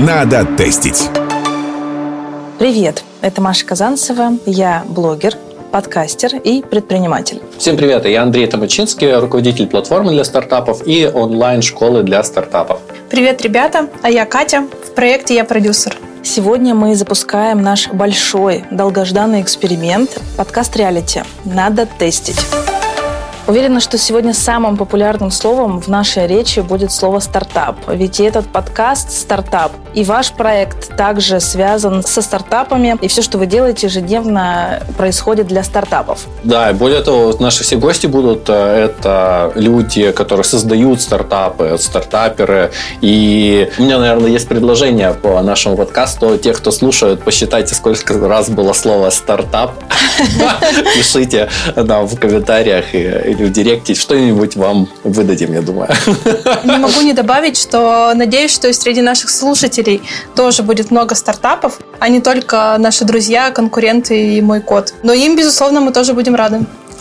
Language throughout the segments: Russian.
Надо тестить. Привет, это Маша Казанцева, я блогер, подкастер и предприниматель. Всем привет, я Андрей Томачинский, руководитель платформы для стартапов и онлайн-школы для стартапов. Привет, ребята, а я Катя, в проекте я продюсер. Сегодня мы запускаем наш большой, долгожданный эксперимент подкаст-реалити «Надо тестить». Уверена, что сегодня самым популярным словом в нашей речи будет слово «стартап». Ведь и этот подкаст – стартап. И ваш проект также связан со стартапами. И все, что вы делаете ежедневно, происходит для стартапов. Да, и более того, наши все гости будут – это люди, которые создают стартапы, стартаперы. И у меня, наверное, есть предложение по нашему подкасту. Те, кто слушают, посчитайте, сколько раз было слово «стартап». Пишите нам в комментариях или в директе, что-нибудь вам выдадим, я думаю. Не могу не добавить, что надеюсь, что и среди наших слушателей тоже будет много стартапов, а не только наши друзья, конкуренты и мой кот. Но им, безусловно, мы тоже будем рады.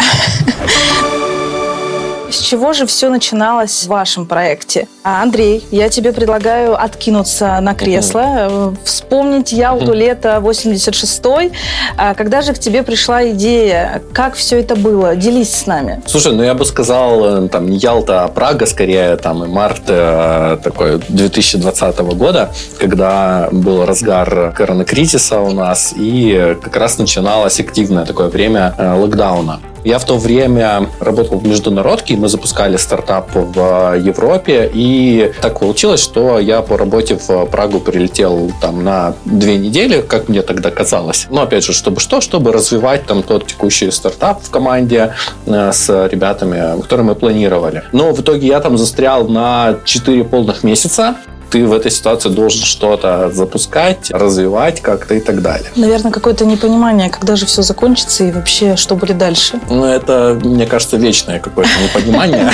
С чего же все начиналось в вашем проекте? Андрей, я тебе предлагаю откинуться на кресло, вспомнить Ялту лета 86-й. Когда же к тебе пришла идея? Как все это было? Делись с нами. Слушай, я бы сказал, там не Ялта, а Прага скорее, там и март такой 2020 года, когда был разгар коронакризиса у нас, и как раз начиналось активное такое время локдауна. Я в то время работал в международке, мы запускали стартап в Европе, и так получилось, что я по работе в Прагу прилетел там на 2 недели, как мне тогда казалось. Но опять же, чтобы развивать там тот текущий стартап в команде с ребятами, которые мы планировали. Но в итоге я там застрял на 4 полных месяца. Ты в этой ситуации должен что-то запускать, развивать как-то и так далее. Наверное, какое-то непонимание, когда же все закончится и вообще, что будет дальше. Это, мне кажется, вечное какое-то непонимание.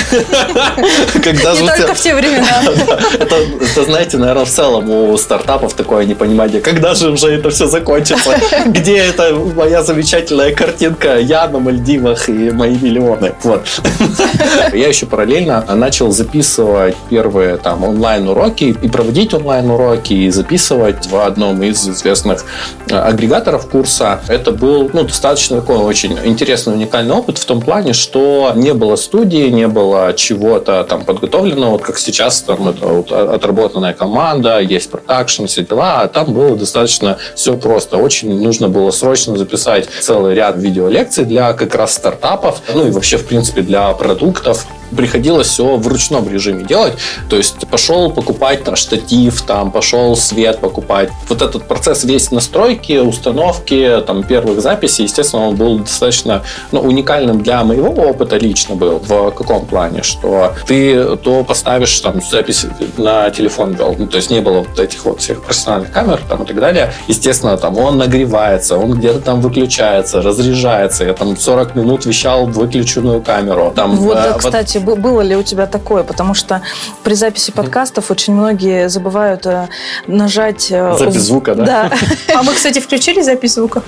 Не только в те времена. Это, знаете, наверное, в целом у стартапов такое непонимание. Когда же уже это все закончится? Где эта моя замечательная картинка? Я на Мальдивах и мои миллионы. Вот. Я еще параллельно начал записывать первые там онлайн-уроки и проводить онлайн-уроки, и записывать в одном из известных агрегаторов курса. Это был достаточно такой очень интересный, уникальный опыт в том плане, что не было студии, не было чего-то там подготовленного, вот как сейчас там это вот отработанная команда, есть продакшн, все дела, а там было достаточно все просто. Очень нужно было срочно записать целый ряд видеолекций для как раз стартапов, и вообще, в принципе, для продуктов. Приходилось все в ручном режиме делать. То есть пошел покупать штатив, пошел свет покупать. Вот этот процесс весь настройки, установки, первых записей, естественно, он был достаточно уникальным для моего опыта лично был. В каком плане? Что ты то поставишь запись на телефон вел. То есть не было вот этих вот всех профессиональных камер и так далее. Естественно, он нагревается, он где-то выключается, разряжается. Я 40 минут вещал выключенную камеру. Кстати, было ли у тебя такое? Потому что при записи подкастов очень многие забывают нажать... Запись звука, да? Да. А мы, кстати, включили запись звука?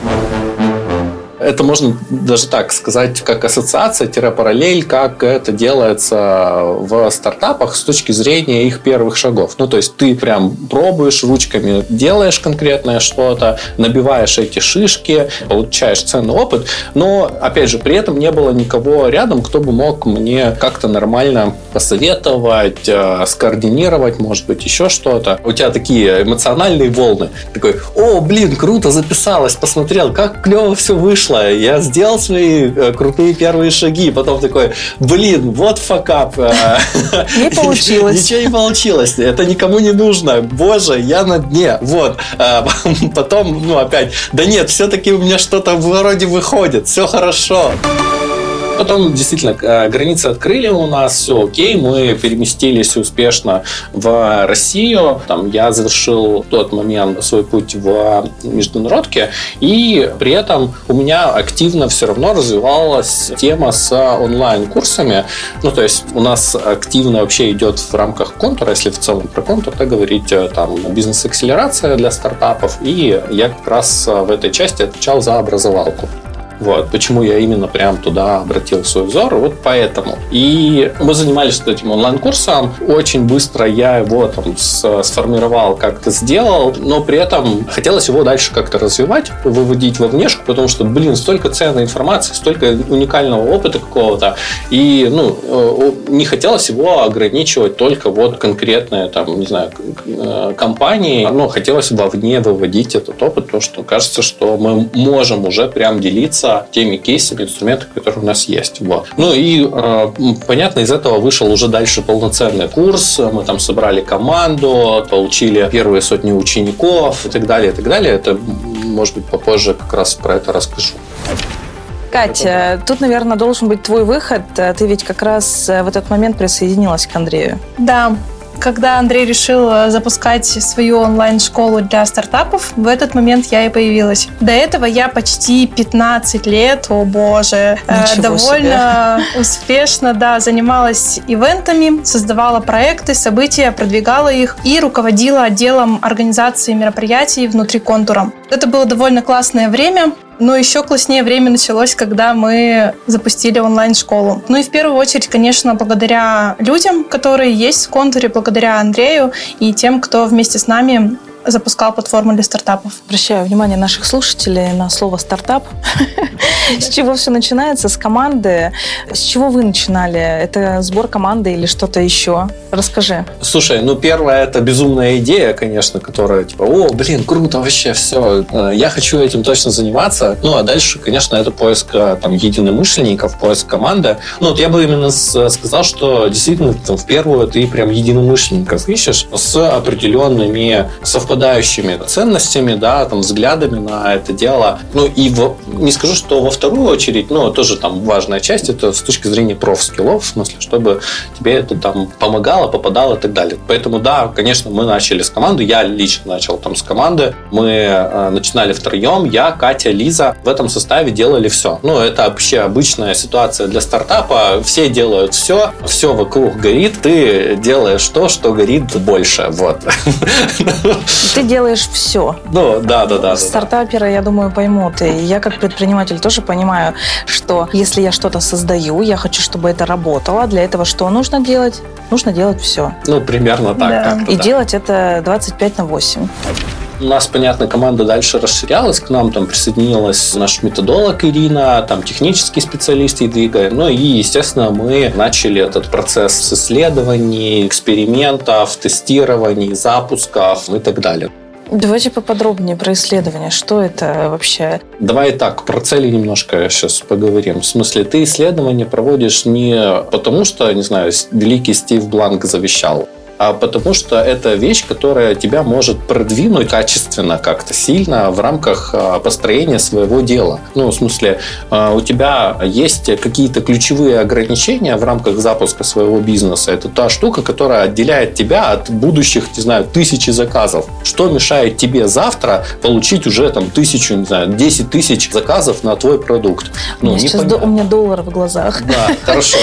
Это можно даже так сказать, как ассоциация-параллель, как это делается в стартапах с точки зрения их первых шагов. То есть ты прям пробуешь ручками, делаешь конкретное что-то, набиваешь эти шишки, получаешь ценный опыт, но, опять же, при этом не было никого рядом, кто бы мог мне как-то нормально посоветовать, скоординировать, может быть, еще что-то. У тебя такие эмоциональные волны. Такой, круто записалось, посмотрел, как клево все вышло. Я сделал свои крутые первые шаги, потом такой, вот факап. Не получилось. Ничего не получилось. Это никому не нужно. Боже, я на дне. Вот. Потом, опять, да нет, все-таки у меня что-то вроде выходит. Все хорошо. Потом, действительно, границы открыли у нас, все окей, мы переместились успешно в Россию. Я завершил в тот момент свой путь в международке, и при этом у меня активно все равно развивалась тема с онлайн-курсами. То есть у нас активно вообще идет в рамках контура, если в целом про контур, говорить, бизнес-акселерация для стартапов, и я как раз в этой части отвечал за образовалку. Вот. Почему я именно прям туда обратил свой взор? Вот поэтому. И мы занимались этим онлайн-курсом. Очень быстро я его там сформировал, как-то сделал, но при этом хотелось его дальше как-то развивать, выводить во внешку, потому что, столько ценной информации, столько уникального опыта какого-то, и, не хотелось его ограничивать только вот конкретные, там, не знаю, компании, но хотелось вовне выводить этот опыт, потому что кажется, что мы можем уже прям делиться теми кейсами, инструментами, которые у нас есть. Вот. Понятно, из этого вышел уже дальше полноценный курс, мы там собрали команду, получили первые сотни учеников и так далее, и так далее. Это, может быть, попозже как раз про это расскажу. Катя, тут, наверное, должен быть твой выход. Ты ведь как раз в этот момент присоединилась к Андрею. Да. Когда Андрей решил запускать свою онлайн-школу для стартапов, в этот момент я и появилась. До этого я почти 15 лет, о боже, довольно успешно, занималась ивентами, создавала проекты, события, продвигала их и руководила отделом организации мероприятий внутри Контура. Это было довольно классное время. Но еще класснее время началось, когда мы запустили онлайн-школу. И в первую очередь, конечно, благодаря людям, которые есть в Контуре, благодаря Андрею и тем, кто вместе с нами запускал платформу для стартапов. Обращаю внимание наших слушателей на слово «стартап». С чего все начинается? С команды. С чего вы начинали? Это сбор команды или что-то еще? Расскажи. Слушай, первое, это безумная идея, конечно, которая круто, вообще, все, я хочу этим точно заниматься. А дальше, конечно, это поиск там единомышленников, поиск команды. Я бы именно сказал, что действительно в первую ты прям единомышленников ищешь с определенными совпадающими ценностями, взглядами на это дело. Не скажу, что во вторую очередь, тоже там важная часть, это с точки зрения профскиллов, в смысле, чтобы тебе это там помогало, попадало и так далее. Поэтому, конечно, мы начали с команды, я лично начал там с команды, мы начинали втроем, я, Катя, Лиза, в этом составе делали все. Это вообще обычная ситуация для стартапа, все делают все вокруг горит, ты делаешь то, что горит больше, вот. Ты делаешь все. Да. Стартаперы, я думаю, поймут. И я как предприниматель тоже понимаю, что если я что-то создаю, я хочу, чтобы это работало. Для этого что нужно делать? Нужно делать все. Примерно так. Да. И делать это 25/8. У нас, понятно, команда дальше расширялась, к нам там присоединилась наш методолог Ирина, там технический специалист Едвига, и, естественно, мы начали этот процесс с исследований, экспериментов, тестирований, запусков и так далее. Давайте поподробнее про исследования. Что это вообще? Давай так, про цели немножко сейчас поговорим. В смысле, ты исследования проводишь не потому, что, не знаю, великий Стив Бланк завещал, а потому что это вещь, которая тебя может продвинуть качественно как-то сильно в рамках построения своего дела. В смысле, у тебя есть какие-то ключевые ограничения в рамках запуска своего бизнеса. Это та штука, которая отделяет тебя от будущих, не знаю, 1000 заказов. Что мешает тебе завтра получить уже там 1000, не знаю, 10 тысяч заказов на твой продукт? У меня доллар в глазах. Да, хорошо.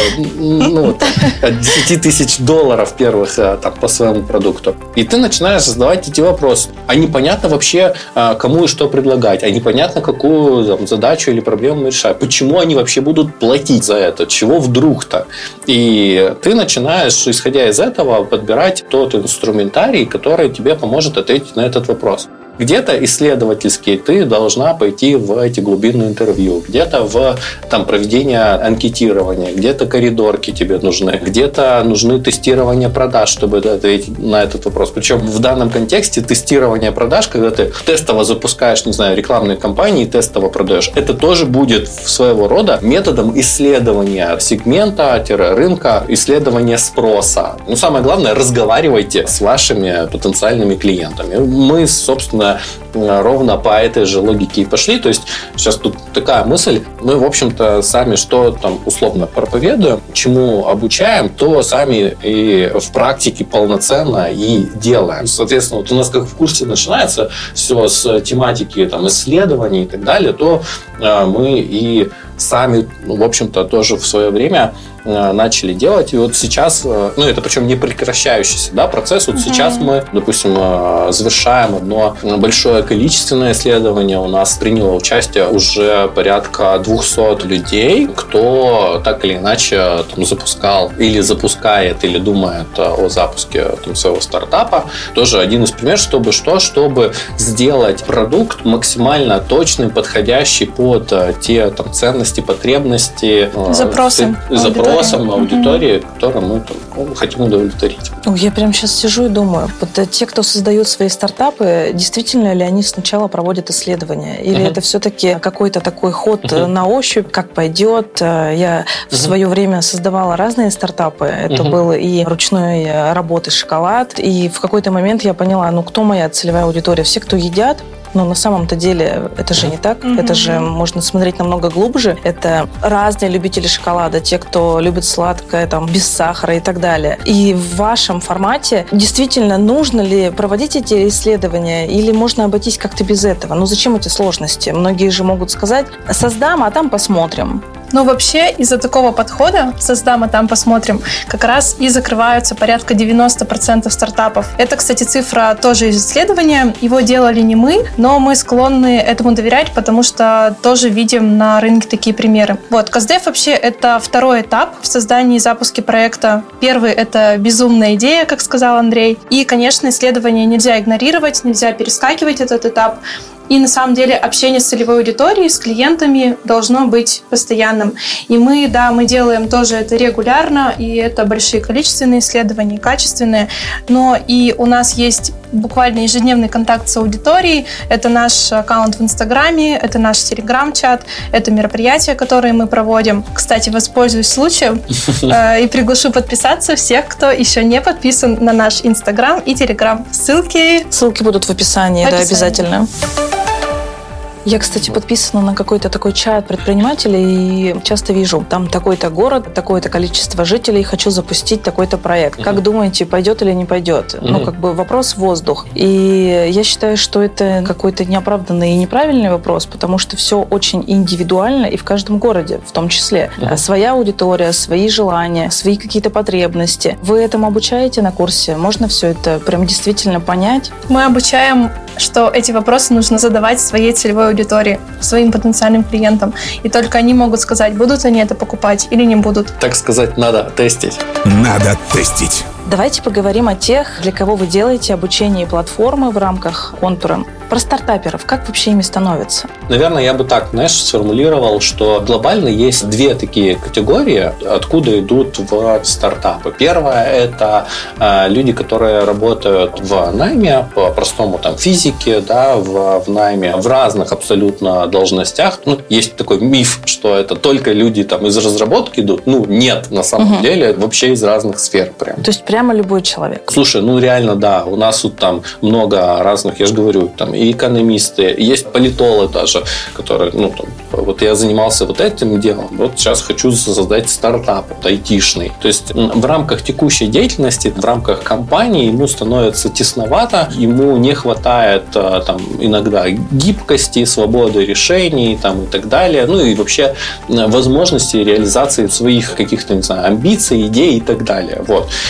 От 10 тысяч долларов первых по своему продукту. И ты начинаешь задавать эти вопросы. А непонятно вообще, кому и что предлагать. А непонятно, какую задачу или проблему решать. Почему они вообще будут платить за это? Чего вдруг-то? И ты начинаешь, исходя из этого, подбирать тот инструментарий, который тебе поможет ответить на этот вопрос. Где-то исследовательские ты должна пойти в эти глубинные интервью, где-то в проведение анкетирования, где-то коридорки тебе нужны, где-то нужны тестирования продаж, чтобы ответить на этот вопрос. Причем в данном контексте тестирование продаж, когда ты тестово запускаешь, не знаю, рекламные кампании, тестово продаешь, это тоже будет своего рода методом исследования сегмента-рынка, исследования спроса. Самое главное, разговаривайте с вашими потенциальными клиентами. Мы, собственно, ровно по этой же логике и пошли. То есть сейчас тут такая мысль, мы, в общем-то, сами что там условно проповедуем, чему обучаем, то сами и в практике полноценно и делаем. Соответственно, у нас как в курсе начинается все с тематики исследований и так далее, то мы и сами, в общем-то, тоже в свое время начали делать. И вот сейчас, это причем не прекращающийся процесс. Вот сейчас мы, допустим, завершаем одно большое количественное исследование. У нас приняло участие уже порядка 200 людей, кто так или иначе запускал или запускает, или думает о запуске своего стартапа. Тоже один из примеров, чтобы сделать продукт максимально точный, подходящий под те ценности, потребности, запросам аудитории, которую мы хотим удовлетворить. Я прямо сейчас сижу и думаю, вот те, кто создают свои стартапы, действительно ли они сначала проводят исследования? Или это все-таки какой-то такой ход на ощупь, как пойдет? Я в свое время создавала разные стартапы. Это было и ручной работы шоколад. И в какой-то момент я поняла, кто моя целевая аудитория? Все, кто едят. Но на самом-то деле это же не так. Это же можно смотреть намного глубже. Это разные любители шоколада, те, кто любит сладкое, без сахара и так далее. И в вашем формате действительно нужно ли проводить эти исследования или можно обойтись как-то без этого? Зачем эти сложности? Многие же могут сказать, создам, а там посмотрим. Вообще из-за такого подхода создам, а там посмотрим, как раз и закрываются порядка 90% стартапов. Это, кстати, цифра тоже из исследования. Его делали не мы, но мы склонны этому доверять, потому что тоже видим на рынке такие примеры. Каздев вообще это второй этап в создании и запуске проекта. Первый — это безумная идея, как сказал Андрей. И, конечно, исследования нельзя игнорировать, нельзя перескакивать этот этап. И на самом деле общение с целевой аудиторией, с клиентами должно быть постоянным. И мы делаем тоже это регулярно, и это большие количественные исследования, качественные. Но и у нас есть буквально ежедневный контакт с аудиторией. Это наш аккаунт в Инстаграме, это наш Телеграм-чат, это мероприятия, которые мы проводим. Кстати, воспользуюсь случаем и приглашу подписаться всех, кто еще не подписан на наш Инстаграм и Телеграм. Ссылки будут в описании, да, обязательно. Я, кстати, подписана на какой-то такой чат предпринимателей и часто вижу, там такой-то город, такое-то количество жителей, хочу запустить такой-то проект. Как думаете, пойдет или не пойдет? Вопрос в воздух. И я считаю, что это какой-то неоправданный и неправильный вопрос, потому что все очень индивидуально и в каждом городе в том числе. Своя аудитория, свои желания, свои какие-то потребности. Вы этому обучаете на курсе? Можно все это прям действительно понять? Мы обучаем, что эти вопросы нужно задавать своей целевой аудитории, своим потенциальным клиентам. И только они могут сказать, будут они это покупать или не будут. Так сказать, надо тестить. Надо тестить. Давайте поговорим о тех, для кого вы делаете обучение и платформы в рамках контура. Про стартаперов. Как вообще ими становятся? Наверное, я бы так, сформулировал, что глобально есть две такие категории, откуда идут в стартапы. Первая – это люди, которые работают в найме, по-простому физики, в найме, в разных абсолютно должностях. Есть такой миф, что это только люди из разработки идут. Нет, на самом деле, вообще из разных сфер. Прям. То есть прямо любой человек? Слушай, реально, да. У нас тут много разных, я же говорю, и экономисты, есть политологи даже, которые, вот я занимался этим делом, вот сейчас хочу создать стартап, айтишный. То есть в рамках текущей деятельности, в рамках компании ему становится тесновато, ему не хватает иногда гибкости, свободы решений и так далее, и вообще возможности реализации своих каких-то, амбиций, идей и так далее.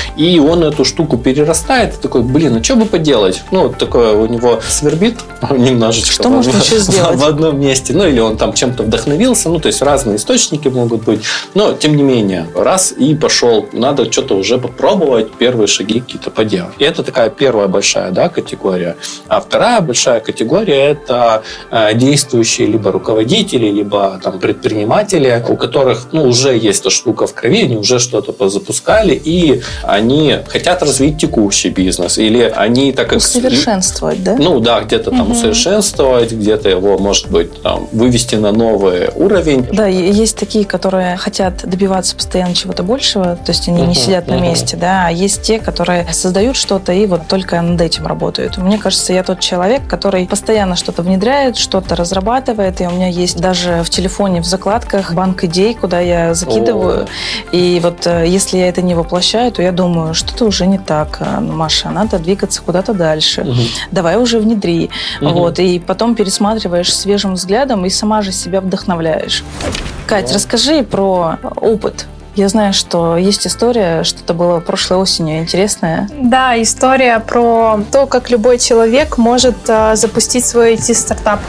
И он эту штуку перерастает и такой, а что бы поделать? Такое у него свербит немножечко. Что можно еще сделать? В одном месте. Или он чем-то вдохновился. То есть разные источники могут быть. Но, тем не менее, раз и пошел. Надо что-то уже попробовать, первые шаги какие-то поделать. И это такая первая большая категория. А вторая большая категория – это действующие либо руководители, либо предприниматели, у которых уже есть эта штука в крови, они уже что-то позапускали, и они хотят развить текущий бизнес. Или они так как... Усовершенствовать, да? Где-то усовершенствовать, где-то его, может быть, вывести на новый уровень. Да, есть такие, которые хотят добиваться постоянно чего-то большего, то есть они не сидят на месте, да, а есть те, которые создают что-то и только над этим работают. Мне кажется, я тот человек, который постоянно что-то внедряет, что-то разрабатывает, и у меня есть даже в телефоне в закладках банк идей, куда я закидываю, и если я это не воплощаю, то я думаю, что-то уже не так, Маша, надо двигаться куда-то дальше, давай уже внедри. И потом пересматриваешь свежим взглядом и сама же себя вдохновляешь. Кать, расскажи про опыт. Я знаю, что есть история, что-то было прошлой осенью интересное. Да, история про то, как любой человек может запустить свой IT-стартап.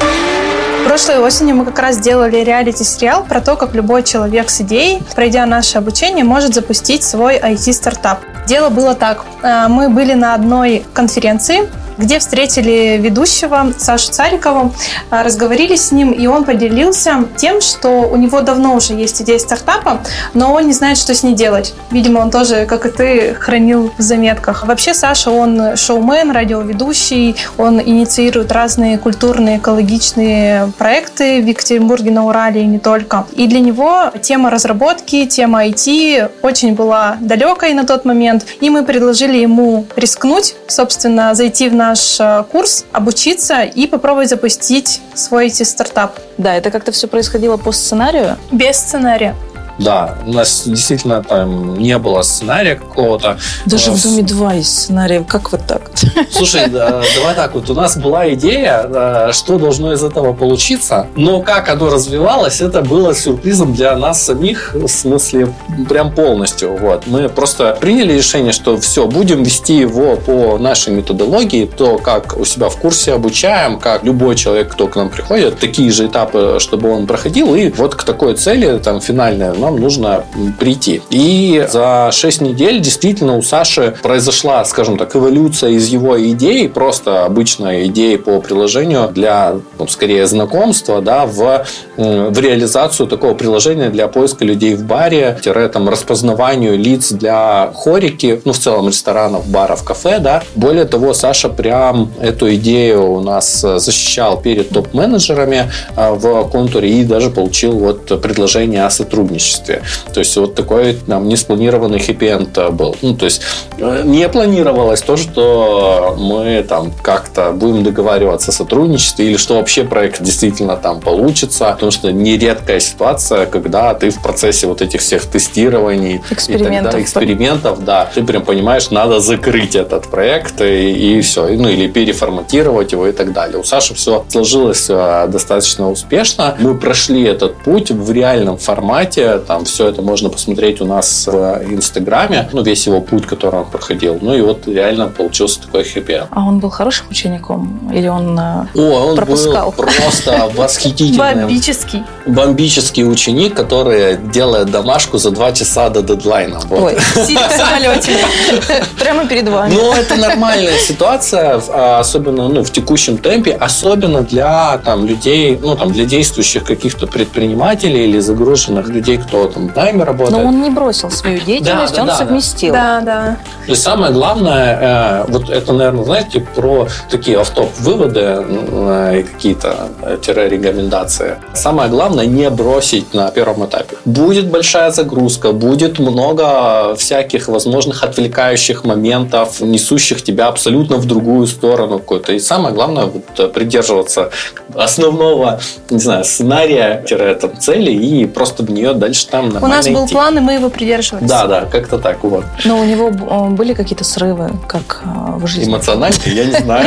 Прошлой осенью мы как раз делали реалити-сериал про то, как любой человек с идеей, пройдя наше обучение, может запустить свой IT-стартап. Дело было так. Мы были на одной конференции, где встретили ведущего Сашу Царикова, разговорили с ним, и он поделился тем, что у него давно уже есть идея стартапа, но он не знает, что с ней делать. Видимо, он тоже, как и ты, хранил в заметках. Вообще Саша, он шоумен, радиоведущий, он инициирует разные культурные, экологичные проекты в Екатеринбурге, на Урале и не только. И для него тема разработки, тема IT очень была далекой на тот момент, и мы предложили ему рискнуть, собственно, зайти в наш курс, обучиться и попробовать запустить свой IT-стартап. Да, это как-то все происходило по сценарию? Без сценария. Да, у нас действительно там не было сценария какого-то. Даже в Доме 2 есть сценарий. Как вот так? Слушай, давай так вот. У нас была идея, что должно из этого получиться, но как оно развивалось, это было сюрпризом для нас самих, в смысле, прям полностью. Вот. Мы просто приняли решение, что все, будем вести его по нашей методологии, то, как у себя в курсе обучаем, как любой человек, кто к нам приходит, такие же этапы, чтобы он проходил, и вот к такой цели, там, финальной, нам нужно прийти. И за 6 недель действительно у Саши произошла, скажем так, эволюция из его идей, просто обычной идеи по приложению для, скорее, знакомства, да, в реализацию такого приложения для поиска людей в баре, там, распознаванию лиц для хорики, в целом ресторанов, баров, кафе, да. Более того, Саша прям эту идею у нас защищал перед топ-менеджерами в контуре и даже получил вот предложение о сотрудничестве. То есть вот такой там неспланированный хэппи-энд был. То есть не планировалось то, что мы там как-то будем договариваться о сотрудничестве или что вообще проект действительно там получится, потому что нередкая ситуация, когда ты в процессе вот этих всех тестирований, экспериментов, да, ты прям понимаешь, надо закрыть этот проект и все, или переформатировать его и так далее. У Саши все сложилось достаточно успешно. Мы прошли этот путь в реальном формате. Там все это можно посмотреть у нас в Инстаграме, весь его путь, который он проходил. И вот реально получился такой хэппи-энд. А он был хорошим учеником? Или он пропускал? Он был просто восхитительный. Бомбический ученик, который делает домашку за 2 часа до дедлайна. Ой, сидя в самолете. Прямо перед вами. Это нормальная ситуация, особенно в текущем темпе, особенно для людей, для действующих каких-то предпринимателей или загруженных людей, кто там в найме работает. Но он не бросил свою деятельность, он совместил. Да. То есть самое главное, вот это, наверное, знаете, про такие автоп-выводы и какие-то рекомендации. Самое главное не бросить на первом этапе. Будет большая загрузка, будет много всяких возможных отвлекающих моментов, несущих тебя абсолютно в другую сторону какую-то. И самое главное придерживаться основного, сценария, цели и просто в нее дальше там нормально. У нас был план, и мы его придерживались. Да, как-то так, вот. Но у него были какие-то срывы, как в жизни? Эмоциональные, я не знаю.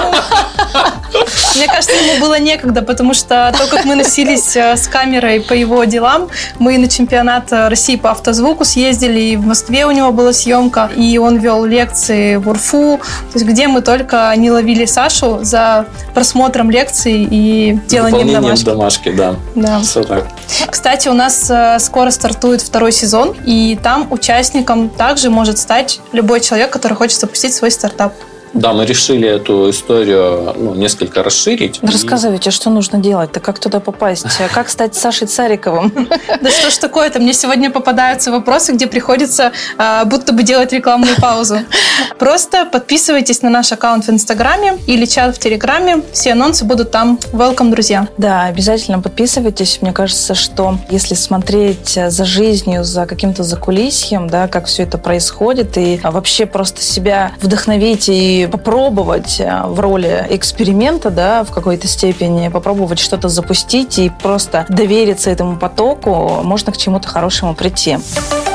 Мне кажется, ему было некогда, потому что то, как мы носились с камерой по его делам, мы на чемпионат России по автозвуку съездили, и в Москве у него была съемка, и он вел лекции в УРФУ, то есть где мы только не ловили Сашу за просмотром лекций и деланием домашки. Да. Все так. Кстати, у нас скоро стартует 2-й сезон, и там участником также может стать любой человек, который хочет запустить свой стартап. Да, мы решили эту историю несколько расширить. Рассказывайте, что нужно делать-то, как туда попасть, как стать Сашей Цариковым? Да что ж такое-то, мне сегодня попадаются вопросы, где приходится будто бы делать рекламную паузу. Просто подписывайтесь на наш аккаунт в Инстаграме или чат в Телеграме, все анонсы будут там. Welcome, друзья! Да, обязательно подписывайтесь. Мне кажется, что если смотреть за жизнью, за каким-то закулисьем, да, как все это происходит, и вообще просто себя вдохновить и попробовать в роли эксперимента, да, в какой-то степени, попробовать что-то запустить и просто довериться этому потоку, можно к чему-то хорошему прийти.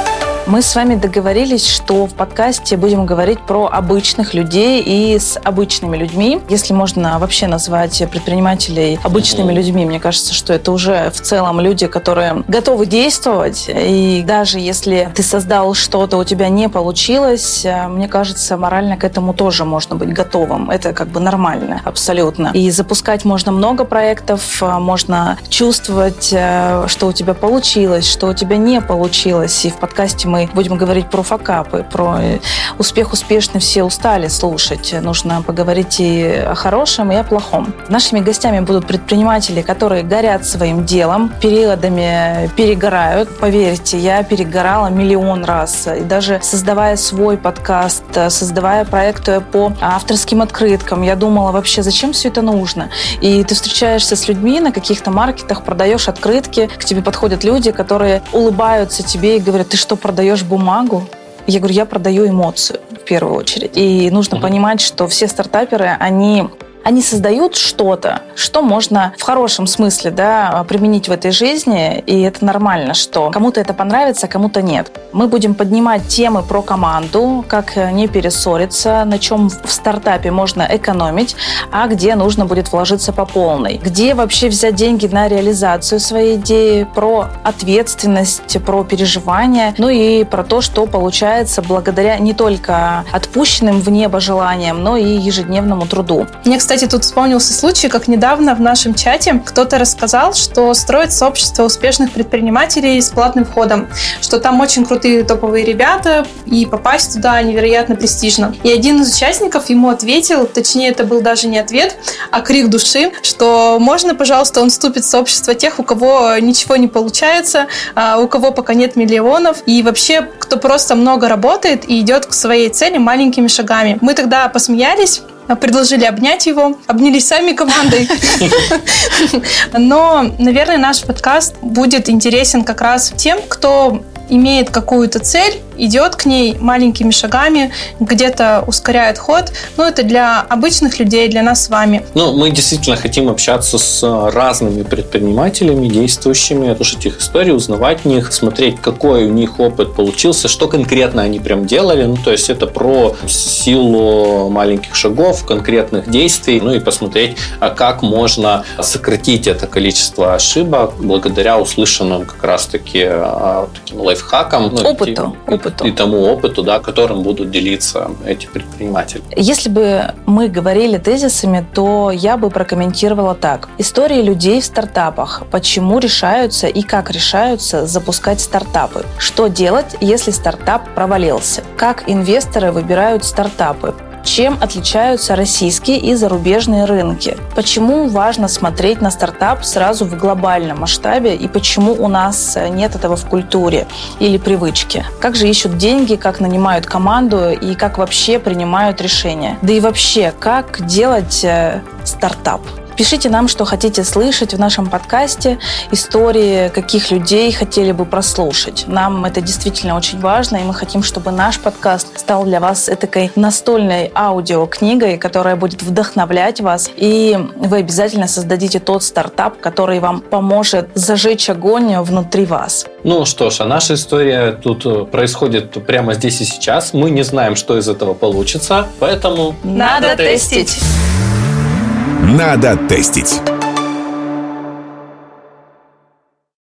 Мы с вами договорились, что в подкасте будем говорить про обычных людей и с обычными людьми. Если можно вообще назвать предпринимателей обычными людьми, мне кажется, что это уже в целом люди, которые готовы действовать. И даже если ты создал что-то, у тебя не получилось, мне кажется, морально к этому тоже можно быть готовым. Это как бы нормально, абсолютно. И запускать можно много проектов, можно чувствовать, что у тебя получилось, что у тебя не получилось. И в подкасте мы будем говорить про факапы, про успех успешный, все устали слушать. Нужно поговорить и о хорошем, и о плохом. Нашими гостями будут предприниматели, которые горят своим делом, периодами перегорают. Поверьте, я перегорала миллион раз. И даже создавая свой подкаст, создавая проекты по авторским открыткам, я думала вообще, зачем все это нужно? И ты встречаешься с людьми на каких-то маркетах, продаешь открытки, к тебе подходят люди, которые улыбаются тебе и говорят: ты что, продаешь бумагу? Я говорю: я продаю эмоцию в первую очередь. И нужно понимать, что все стартаперы, они создают что-то, что можно в хорошем смысле, применить в этой жизни, и это нормально, что кому-то это понравится, а кому-то нет. Мы будем поднимать темы про команду, как не перессориться, на чем в стартапе можно экономить, а где нужно будет вложиться по полной. Где вообще взять деньги на реализацию своей идеи, про ответственность, про переживания, ну и про то, что получается благодаря не только отпущенным в небо желаниям, но и ежедневному труду. Мне, кстати, тут вспомнился случай, как недавно в нашем чате кто-то рассказал, что строит сообщество успешных предпринимателей с платным входом, что там очень крутые топовые ребята, и попасть туда невероятно престижно. И один из участников ему ответил, точнее, это был даже не ответ, а крик души, что можно, пожалуйста, он вступит в сообщество тех, у кого ничего не получается, у кого пока нет миллионов, и вообще, кто просто много работает и идет к своей цели маленькими шагами. Мы тогда посмеялись, предложили обнять его, обнялись сами командой. Но, наверное, наш подкаст будет интересен как раз тем, кто имеет какую-то цель, идет к ней маленькими шагами, где-то ускоряет ход. Но это для обычных людей, для нас с вами. Мы действительно хотим общаться с разными предпринимателями, действующими, слушать их истории, узнавать в них, смотреть, какой у них опыт получился, что конкретно они прям делали. То есть это про силу маленьких шагов, конкретных действий, и посмотреть, как можно сократить это количество ошибок благодаря услышанным как раз-таки таким лайфхакам. Опыту. И тому опыту, которым будут делиться эти предприниматели. Если бы мы говорили тезисами, то я бы прокомментировала так. Истории людей в стартапах. Почему решаются и как решаются запускать стартапы? Что делать, если стартап провалился? Как инвесторы выбирают стартапы? Чем отличаются российские и зарубежные рынки? Почему важно смотреть на стартап сразу в глобальном масштабе и почему у нас нет этого в культуре или привычке? Как же ищут деньги, как нанимают команду и как вообще принимают решения? Да и вообще, как делать стартап? Пишите нам, что хотите слышать в нашем подкасте, истории, каких людей хотели бы прослушать. Нам это действительно очень важно, и мы хотим, чтобы наш подкаст стал для вас этакой настольной аудиокнигой, которая будет вдохновлять вас, и вы обязательно создадите тот стартап, который вам поможет зажечь огонь внутри вас. Что ж, а наша история тут происходит прямо здесь и сейчас. Мы не знаем, что из этого получится, поэтому надо тестить! Надо тестить.